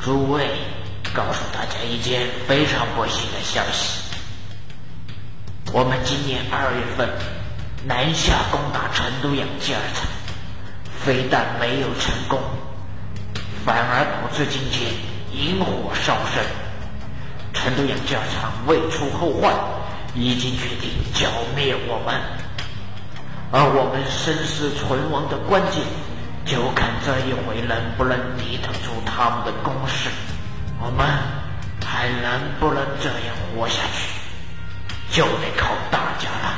诸位，告诉大家一件非常不幸的消息。我们今年2月份南下攻打成都养鸡2场，非但没有成功，反而导致今天引火烧身。成都养鸡2场未出后患，已经决定剿灭我们，而我们生死存亡的关键，就看这一回能不能抵挡住他们的攻势，我们还能不能这样活下去，就得靠大家了。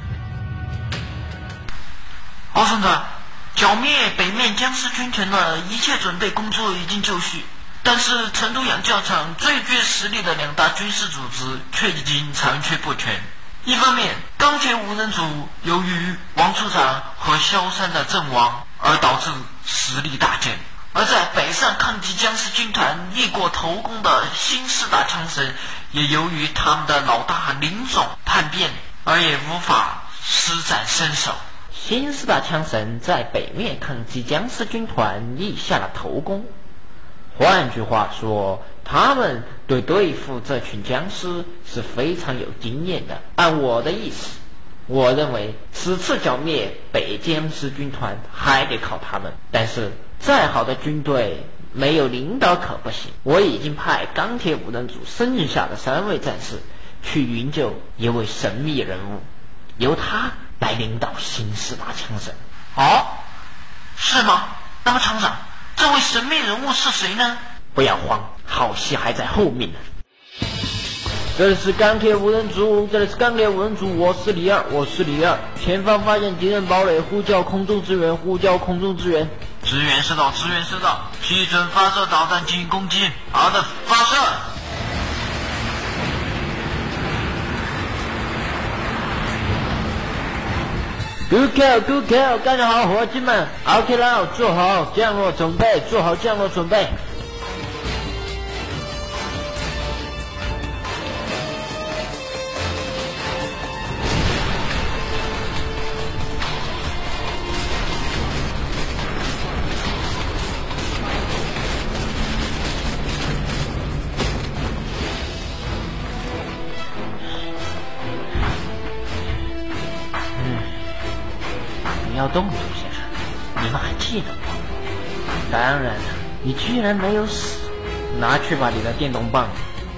敖省长，剿灭北面僵尸军团的一切准备工作已经就绪，但是成都养鸡2场最具实力的2大军事组织却已经残缺不全。一方面，钢铁五人组由于王处长和萧山的阵亡而导致实力大减，而在北上抗击僵尸军团立过头功的新4大枪神，也由于他们的老大林总叛变，而也无法施展身手。 新4大枪神在北面抗击僵尸军团立下了头功，换句话说，他们对付这群僵尸是非常有经验的。按我的意思，我认为此次剿灭北僵尸军团还得靠他们，但是再好的军队没有领导可不行。我已经派钢铁五人组剩下的3位战士去营救一位神秘人物，由他来领导新4大枪神。 哦，是吗？那么厂长，这位神秘人物是谁呢？ 不要慌，好戏还在后面呢。这里是钢铁五人组，我是李二。前方发现敌人堡垒，呼叫空中支援。 支援收到，批准发射导弹进行攻击。好的，发射。 Good kill， 干得好，伙计们 ！OK 了，做好降落准备。不要动，朱先生，你们还记得我？当然了，你居然没有死，拿去吧你的电动棒。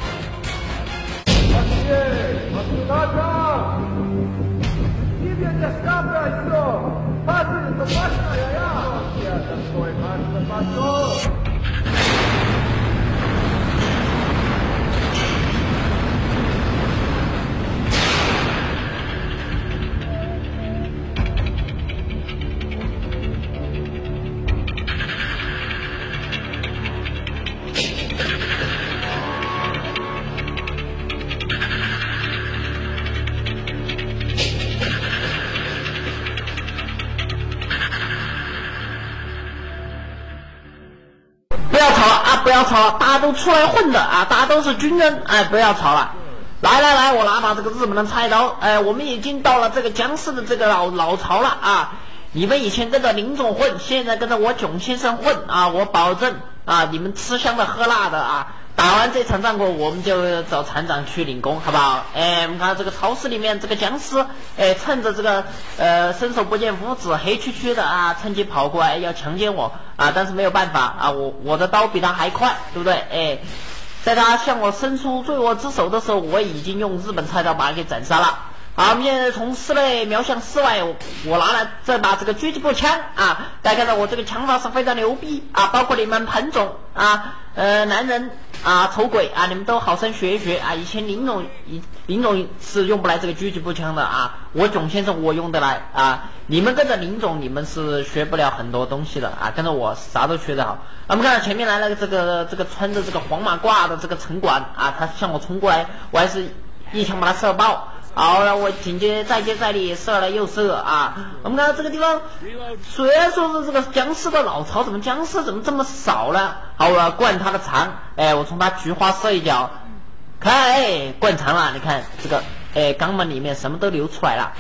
不要吵了，大家都出来混的啊，大家都是军人，不要吵了。来，我拿把这个日本的菜刀，我们已经到了这个僵尸的这个老巢了啊！你们以前跟着林总混，现在跟着我囧先生混啊！我保证啊，你们吃香的喝辣的啊！打完这场仗过，我们就找厂长去领功，好不好？我们看这个超市里面这个僵尸，趁着这个伸手不见五指，黑黢黢的啊，趁机跑过来要强奸我啊！但是没有办法啊，我的刀比他还快，对不对？在他向我伸出罪恶之手的时候，我已经用日本菜刀把他给斩杀了。好，我们现在从室内瞄向室外，我拿了这把这个狙击步枪啊，大家看到我这个枪法是非常牛逼啊，包括你们彭总啊，男人啊，丑鬼啊，你们都好生学一学啊！以前林总是用不来这个狙击步枪的啊，我囧先生我用得来啊！你们跟着林总，你们是学不了很多东西的啊，跟着我啥都学得好。我们看到前面来了这个穿着这个黄马褂的这个城管啊，他向我冲过来，我还是一枪把他射爆。好了，我紧接再接再厉，射了又射啊！我们看到这个地方，虽然说是这个僵尸的老巢，怎么僵尸怎么这么少呢？好，我要灌他的肠，我从他菊花射一脚，看，灌肠了，你看这个，肛门里面什么都流出来了。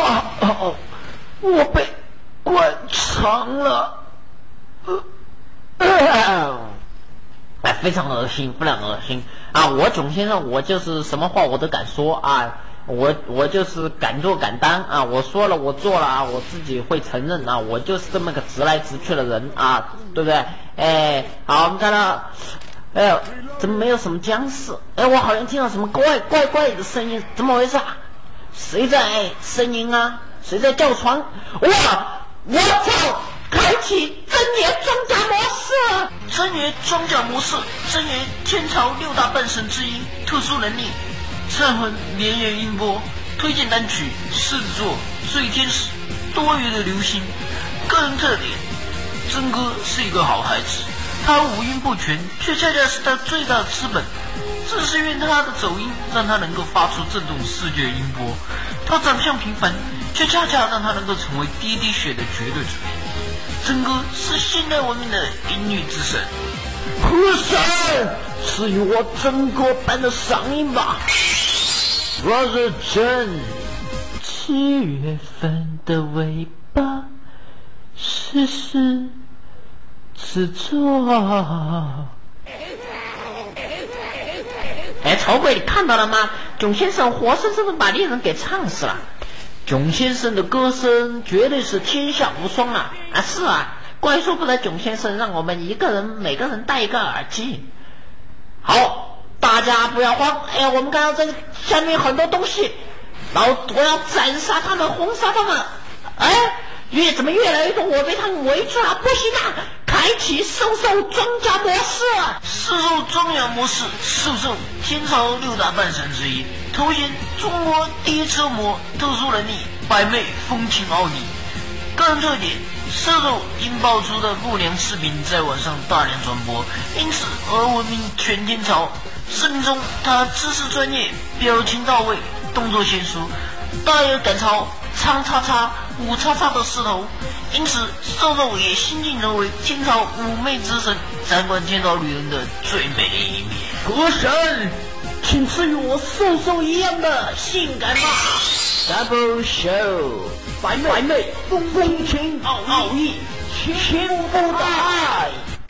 我被灌肠了， 哎，非常恶心，非常恶心啊！我囧先生，我就是什么话我都敢说啊！我就是敢做敢当啊！我说了，我做了啊！我自己会承认啊！我就是这么个直来直去的人啊，对不对？哎，好，我们看到，哎，怎么没有什么僵尸？哎，我好像听到什么怪的声音，怎么回事啊？谁在呻吟啊？谁在叫床？我操！开启真言装甲模式！ 真言装甲模式，真言天朝6大半神之一，特殊能力，忏魂连延音波，推荐单曲狮子座最天使，多余的流星。个人特点，真哥是一个好孩子，他五音不全，却恰恰是他最大的资本。正是因为他的走音，让他能够发出震动世界音波。他长相平凡，却恰恰让他能够成为滴滴血的绝对主义。真哥是现代文明的音律之神， 河神，赐予我真哥般的嗓音吧。我是真，7月份的尾巴，是狮子座。哎，丑鬼，你看到了吗？囧先生活生生的把猎人给唱死了。囧先生的歌声绝对是天下无双啊！啊，是啊，怪说不得囧先生让我们每个人戴一个耳机。好，大家不要慌，哎呀，我们看到这下面很多东西，然后我要斩杀他们，轰杀他们。哎，怎么越来越多？我被他们围住了，不行啊！开启兽装甲模式。 兽装甲模式，兽天朝6大半神之一，头衔中国第一车模，特殊能力百媚风情奥义。个人特点，兽因爆出的不良视频在网上大量传播，因此而闻名全天朝。视频中他知识专业，表情到位，动作娴熟，大有赶超苍叉叉五叉叉的势头，因此兽也新晋成为天朝妩媚之神，掌管天朝女人的最美的一面。 河神，请赐予我兽一样的性感吧。Double show， 百媚风情奥义，千夫的爱。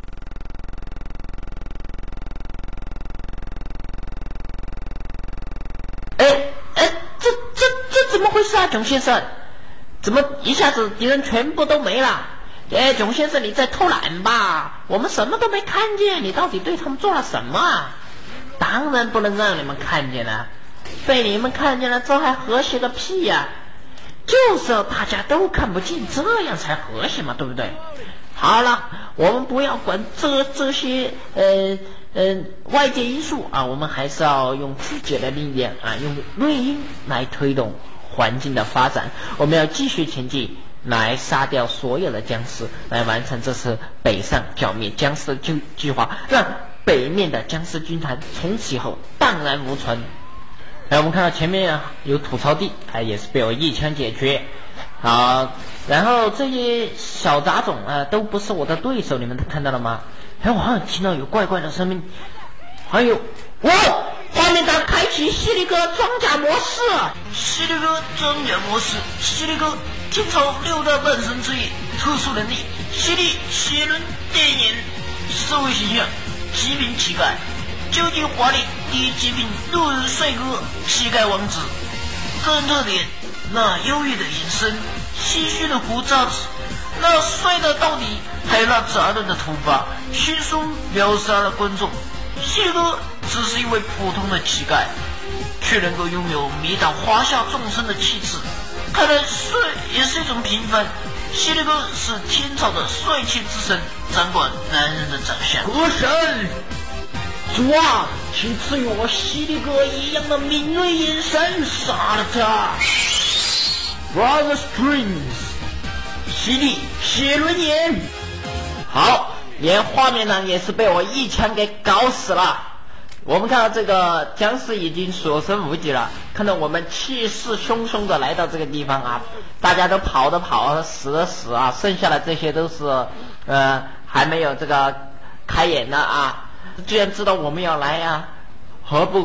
这怎么回事啊，囧先生？怎么一下子敌人全部都没了？哎，囧先生，你在偷懒吧？我们什么都没看见，你到底对他们做了什么啊？当然不能让你们看见了，被你们看见了，这还和谐个屁呀！就是大家都看不见，这样才和谐嘛，对不对？好了，我们不要管这些外界因素啊，我们还是要用自己的力量啊，用内因来推动环境的发展。我们要继续前进，来杀掉所有的僵尸，来完成这次北上剿灭僵尸的计划，让北面的僵尸军团从此以后荡然无存。我们看到前面有吐槽地，也是被我一枪解决。好，然后这些小杂种都不是我的对手，你们看到了吗？我好像听到有怪的声音，还有画面上开启犀利哥装甲模式。 犀利哥装甲模式，犀利哥天朝6大半神之一，特殊能力犀利血轮电眼，社会形象极品乞丐，究极华丽第一极品路人帅哥，乞丐王子。个人特点，那忧郁的眼神，唏嘘的胡渣子，那帅的到底，还有那杂乱的头发，轻松秒杀了观众。犀利哥只是一位普通的乞丐，却能够拥有迷倒华夏众生的气质。看来帅也是一种平凡。犀利哥是天朝的帅气之神，掌管男人的长相。 河神，主啊，请赐予我犀利哥一样的敏锐眼神，杀了他。Brother Strings， 犀利血轮眼。好，连画面上也是被我一枪给搞死了。我们看到这个僵尸已经所剩无几了，看到我们气势汹汹的来到这个地方啊，大家都跑的跑，死的死啊，剩下的这些都是还没有这个开眼的啊。既然知道我们要来何不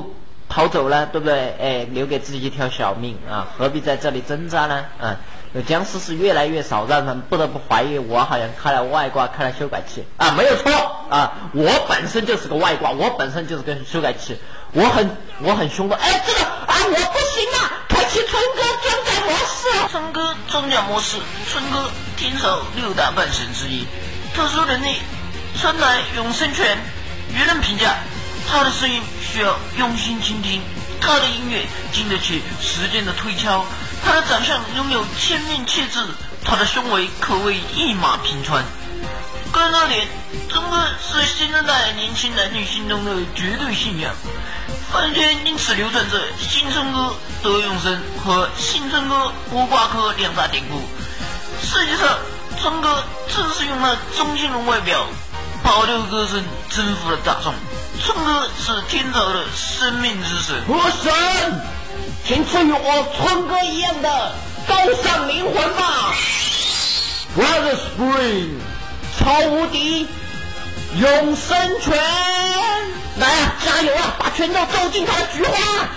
逃走了，对不对？哎，留给自己一条小命啊，何必在这里挣扎呢？啊，僵尸是越来越少，让人不得不怀疑我好像开了外挂，开了修改器啊，没有错啊，我本身就是个外挂，我本身就是个修改器，我很凶的，哎，这个啊，我不行啊，开启春哥装甲模式， 春哥装甲模式，春哥天朝6大半神之一，特殊能力传来永生拳，舆论评价。他的声音需要用心倾听，他的音乐经得起时间的推敲，他的长相拥有千面气质，他的胸围可谓一马平川。个人而言，春哥是新生代年轻男女心中的绝对信仰，坊间因此流传着新春哥得永生和新春哥无挂科2大典故。实际上，春哥正是用那中性的外表，保留歌声征服了大众。春哥是天朝的生命之神， 我神，请赐予我春哥一样的高尚灵魂吧 ！Brother Spring， 超无敌永生拳，来啊，加油啊，把拳头揍进他的菊花！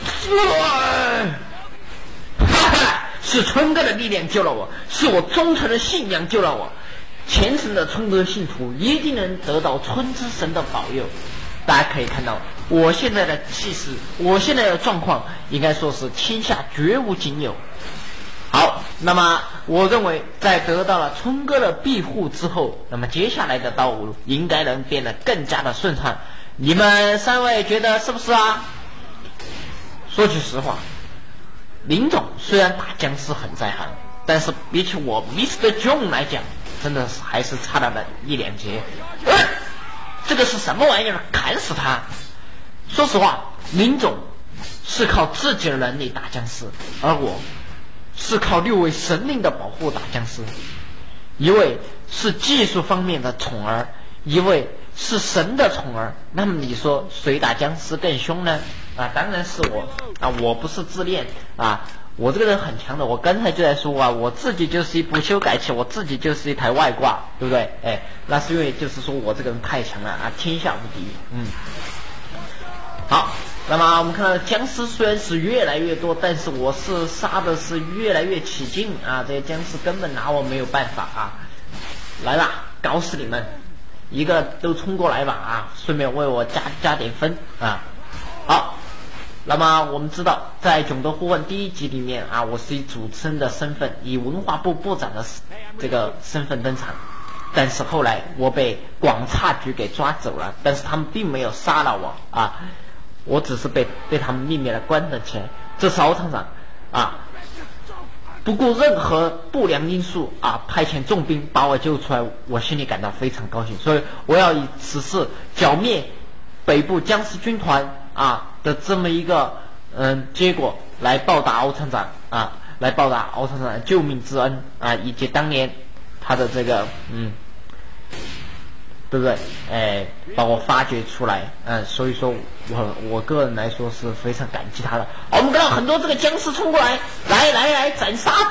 哈哈，是春哥的力量救了我，是我忠诚的信仰救了我。虔诚的春哥信徒一定能得到春之神的保佑。大家可以看到，我现在的气势，我现在的状况，应该说是天下绝无仅有。好，那么我认为，在得到了春哥的庇护之后，那么接下来的道路应该能变得更加的顺畅。你们3位觉得是不是啊？说句实话，林总虽然打僵尸很在行，但是比起我 Mr. John 来讲，真的是还是差了1、2截。这个是什么玩意儿？砍死他！说实话，林总是靠自己的能力打僵尸，而我是靠6位神灵的保护打僵尸。一位是技术方面的宠儿，一位是神的宠儿。那么你说谁打僵尸更凶呢？啊，当然是我啊！我不是自恋啊，我这个人很强的。我刚才就在说啊，我自己就是一部修改器，我自己就是一台外挂，对不对？哎，那是因为就是说我这个人太强了啊，天下无敌。好，那么我们看到僵尸虽然是越来越多，但是我是杀的是越来越起劲啊！这些僵尸根本拿我没有办法啊！来吧，搞死你们！一个都冲过来吧啊！顺便为我加点分啊！好。那么我们知道，在《囧的呼唤》第1集里面啊，我是以主持人的身份，以文化部部长的这个身份登场，但是后来我被广察局给抓走了，但是他们并没有杀了我啊，我只是被他们秘密的关了起来。这是敖厂长啊，不顾任何不良因素啊，派遣重兵把我救出来，我心里感到非常高兴，所以我要以此事剿灭北部僵尸军团啊的这么一个结果来报答敖厂长啊，来报答敖厂长的救命之恩啊，以及当年他的这个对不对？哎，把我发掘出来，所以说我个人来说是非常感激他的。我们看到很多这个僵尸冲过来，来，斩杀！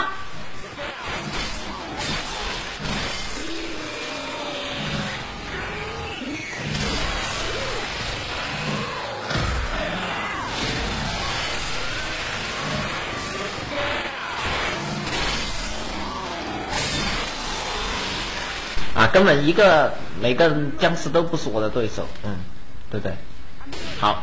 啊，根本每个人僵尸都不是我的对手，对不对？好，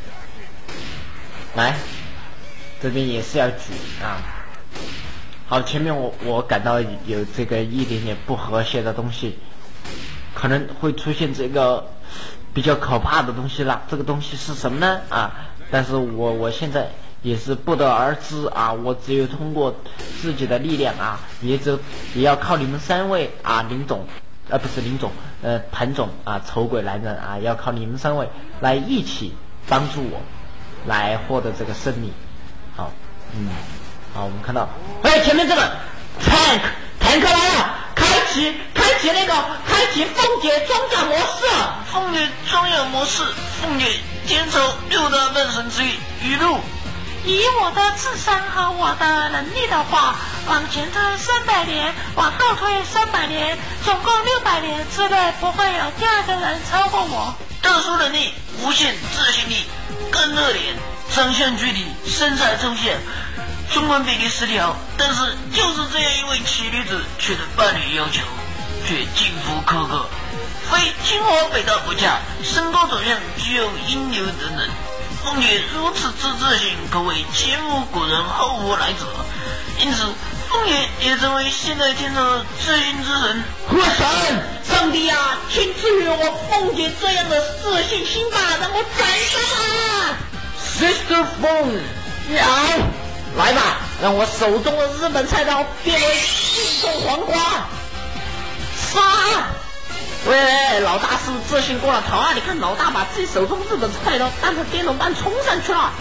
来，这边也是要举啊。好，前面我感到有这个一点点不和谐的东西，可能会出现这个比较可怕的东西了。这个东西是什么呢？啊，但是我现在也是不得而知啊，我只有通过自己的力量啊，也要靠你们3位啊，林总。不是林总，谭总啊，丑鬼男人啊，要靠你们3位来一起帮助我，来获得这个胜利。好，好，我们看到，前面这个坦克来了，开启凤姐装甲模式， 凤姐装甲模式，凤姐天朝6大半神之一，语录。 以我的智商和我的能力的话，往前推300年，往后推300年，总共600年之内不会有第2个人超过我。 特殊能力，无限自信力， 更热烈，长相距离，身材抽象，胸宽比例失调，但是就是这样一位奇女子，却对伴侣要求却近乎苛刻，非清华北大不嫁，身高走向具有阴流等等。凤姐如此之自信，可谓前无古人后无来者，因此凤姐也成为现代天朝的自信之神。 和神，上帝啊，请赐予我凤姐这样的自信心吧，让我斩杀吧 ！Sister 凤，来吧，让我手中的日本菜刀变为运动黄瓜，杀！喂，老大是不是自信过了头啊？你看老大把自己手中日本菜刀当成电动弹冲上去了。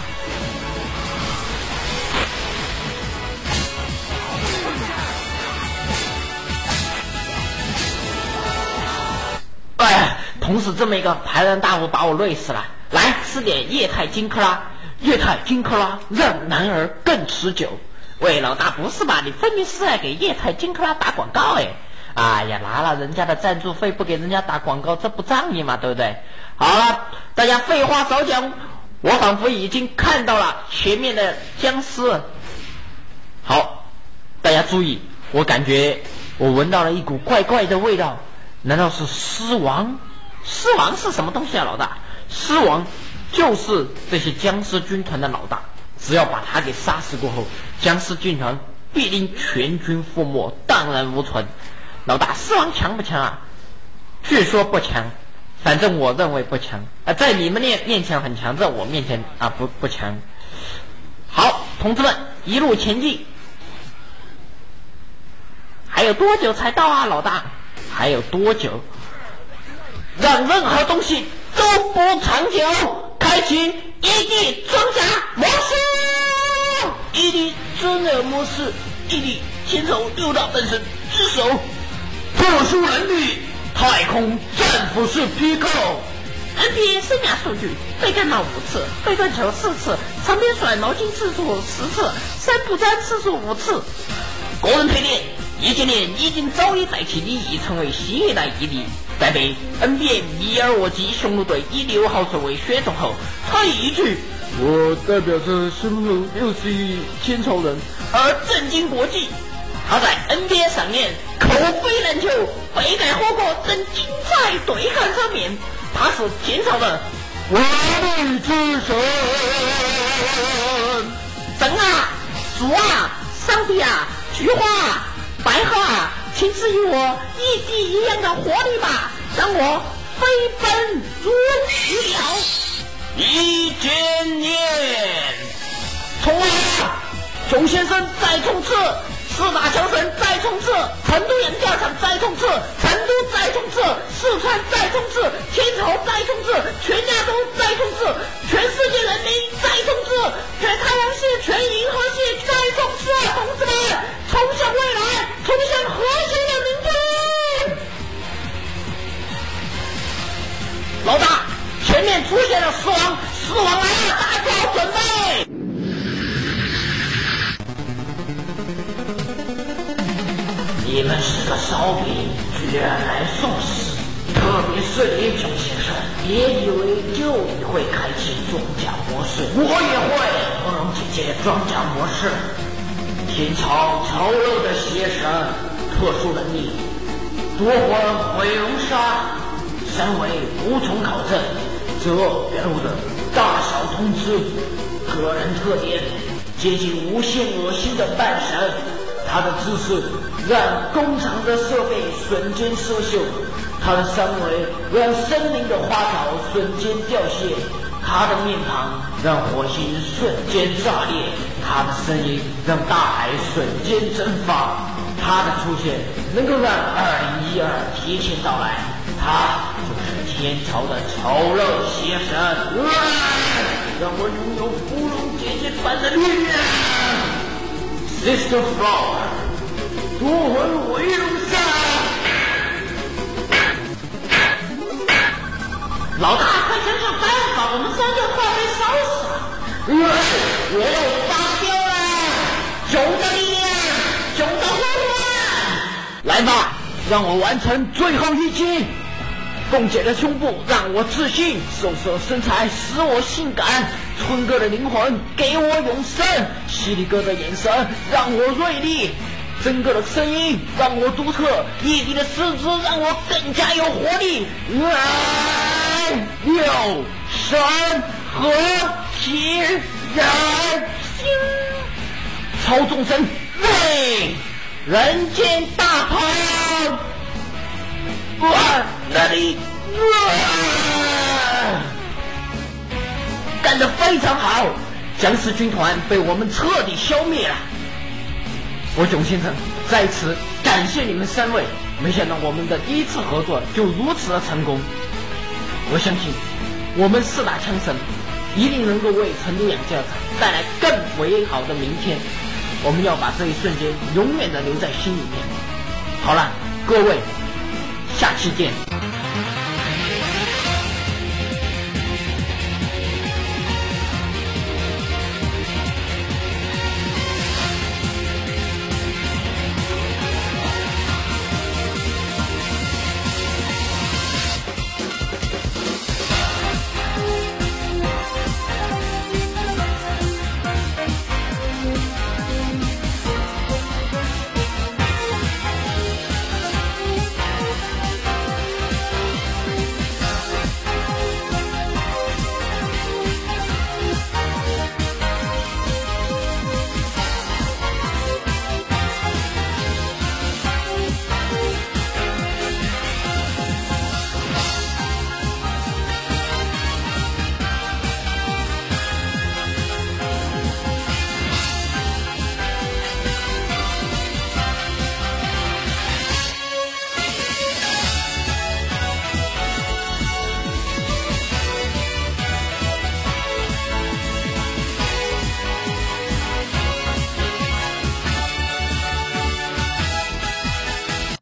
哎，同时这么一个庞然大物把我累死了。来，吃点液态金克拉，液态金克拉让男儿更持久。喂，老大不是吧？你分明是在给液态金克拉打广告哎！哎呀，拿了人家的赞助费不给人家打广告，这不仗义嘛，对不对？好了，大家废话少讲，我仿佛已经看到了前面的僵尸。好，大家注意，我感觉我闻到了一股怪怪的味道，难道是尸王？尸王是什么东西啊，老大？尸王就是这些僵尸军团的老大，只要把他给杀死过后，僵尸军团必定全军覆没，荡然无存。老大，尸王强不强啊？据说不强，反正我认为不强啊，在你们面前很强，在我面前啊不强。好，同志们，一路前进。还有多久才到啊，老大？还有多久？让任何东西都不长久，开启ED装甲模式。ED 尊尔模式， ED 天手六大本神之首。特殊能力，太空战斧式劈扣。NBA 生涯数据：被干扰5次，被断球4次，场边甩毛巾次数10次，三不沾次数5次。个人配练，易建联已经早已代替李毅成为新一代伊利。在被 NBA 米尔沃基雄鹿队以6号顺位选中后，他一句“我代表着雄鹿61千超人”而震惊国际。他在 NBA 上面口飞篮球、杯盖火锅等精彩对抗上面，他是天朝的完美之神。神啊，主啊，上帝啊，菊花啊，百合啊，请赐予我一滴一样的活力吧，让我飞奔如鱼鸟。易建联，冲啊！熊先生再冲刺！4大强神再冲刺，成都洋教场再冲刺，成都再冲刺，四川再冲刺，天朝再冲刺，全亚洲再冲刺，全世界人民再冲刺，全太阳系、全银河系再冲刺，同志们，冲向未来，冲向和谐的明天！老大，前面出现了尸王，尸王来了，大家好准备！你们是个烧饼，居然来送死！特别是你囧先生，别以为就你会开启装甲模式，我也会。芙蓉姐姐装甲模式，天朝丑陋的邪神，特殊能力，夺魂毁容杀，身为无从考证，则表露的大小通知，个人特点，接近无限恶心的半神。他的姿势让工厂的设备瞬间生锈，他的三围让森林的花草瞬间凋谢，他的面庞让火星瞬间炸裂，他的声音让大海瞬间蒸发，他的出现能够让2012提前到来，他就是天朝的丑陋邪神，让我拥有芙蓉姐姐般的力量。Sister Flower， 夺魂毁容杀！老大，快想想办法，我们3个快被烧死了！我又发飙了！熊的力量，熊的呼唤！来吧，让我完成最后一击！ 凤姐的胸部让我自信，瘦瘦身材使我性感，春哥的灵魂给我永生，犀利哥的眼神让我锐利，真哥的声音让我独特，毅力的四肢让我更加有活力。六神合体人心，超众神对人间大鹏，那里干得非常好，僵尸军团被我们彻底消灭了。我囧先生在此感谢你们3位，没想到我们的第一次合作就如此的成功。我相信我们4大枪神一定能够为成都养教场带来更美好的明天，我们要把这一瞬间永远的留在心里面。好了，各位，下期见。